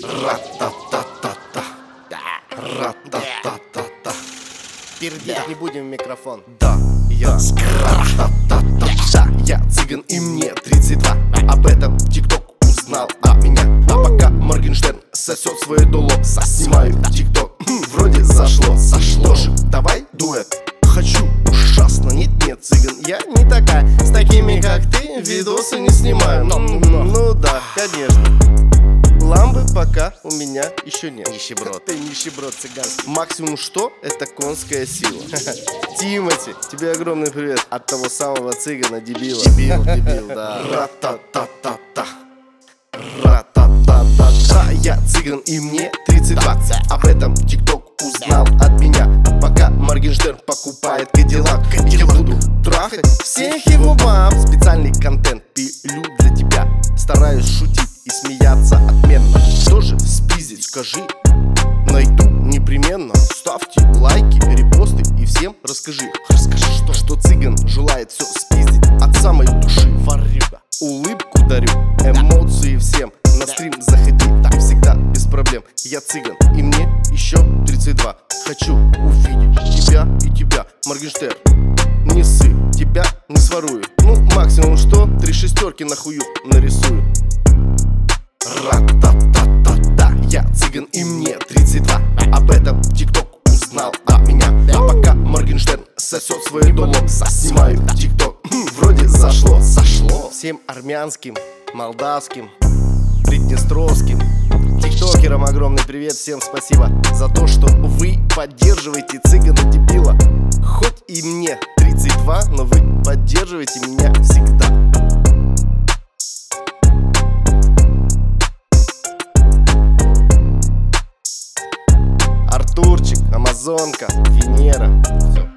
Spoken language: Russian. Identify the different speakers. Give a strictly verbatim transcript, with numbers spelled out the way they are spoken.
Speaker 1: Ра-та-та-та-та. Ра-та-та-та-та.
Speaker 2: Пердеть не будем в микрофон.
Speaker 1: Да, я ра-та-та-та-та. Я цыган и мне тридцать два. Об этом ТикТок узнал от меня. А пока Моргенштерн сосет свое дуло, снимаю ТикТок. Вроде зашло, сошло. Тоже давай дуэт. Хочу ужасно, нет-нет, цыган, я не такая. С такими, как ты, видосы не снимаю. Ну, ну, ну да, конечно. Ламбы пока у меня еще нет.
Speaker 2: Нищеброд.
Speaker 1: Ты нищеброд цыганский. Максимум что? Это конская сила. Тимати, тебе огромный привет от того самого цыгана дебила.
Speaker 2: Дебил, дебил, да.
Speaker 1: Ра-та-та-та-та. Ра-та-та-та-та. Я цыган и мне тридцать два. Об этом ТикТок узнал от меня. Пока Моргенштерн покупает Кадиллак, я буду трахать всех его баб. Специальный контент пилю для тебя. Стараюсь шутить и смеяться отменно. Что же спиздить, скажи, найду непременно. Ставьте лайки, репосты и всем расскажи. Расскажи, что, что цыган желает все спиздить от самой души. Ворюга. Улыбку дарю, эмоции всем. На стрим заходи, так всегда без проблем. Я цыган и мне еще тридцать два. Хочу увидеть тебя и тебя, Моргенштерн. Не ссы, тебя не сворую. Ну, максимум что, три шестерки на хую нарисую. Ра-та-та-та-та. Я цыган и мне тридцать два. Об этом ТикТок узнал от меня. А пока Моргенштерн сосет свое дуло, снимаю ТикТок. Вроде зашло, сошло. Всем армянским, молдавским, приднестровским тиктокерам огромный привет. Всем спасибо за то, что вы поддерживаете цыгана дебила. Хоть и мне тридцать два, но вы поддерживаете меня всегда. Артурчик, Амазонка, Венера. Все.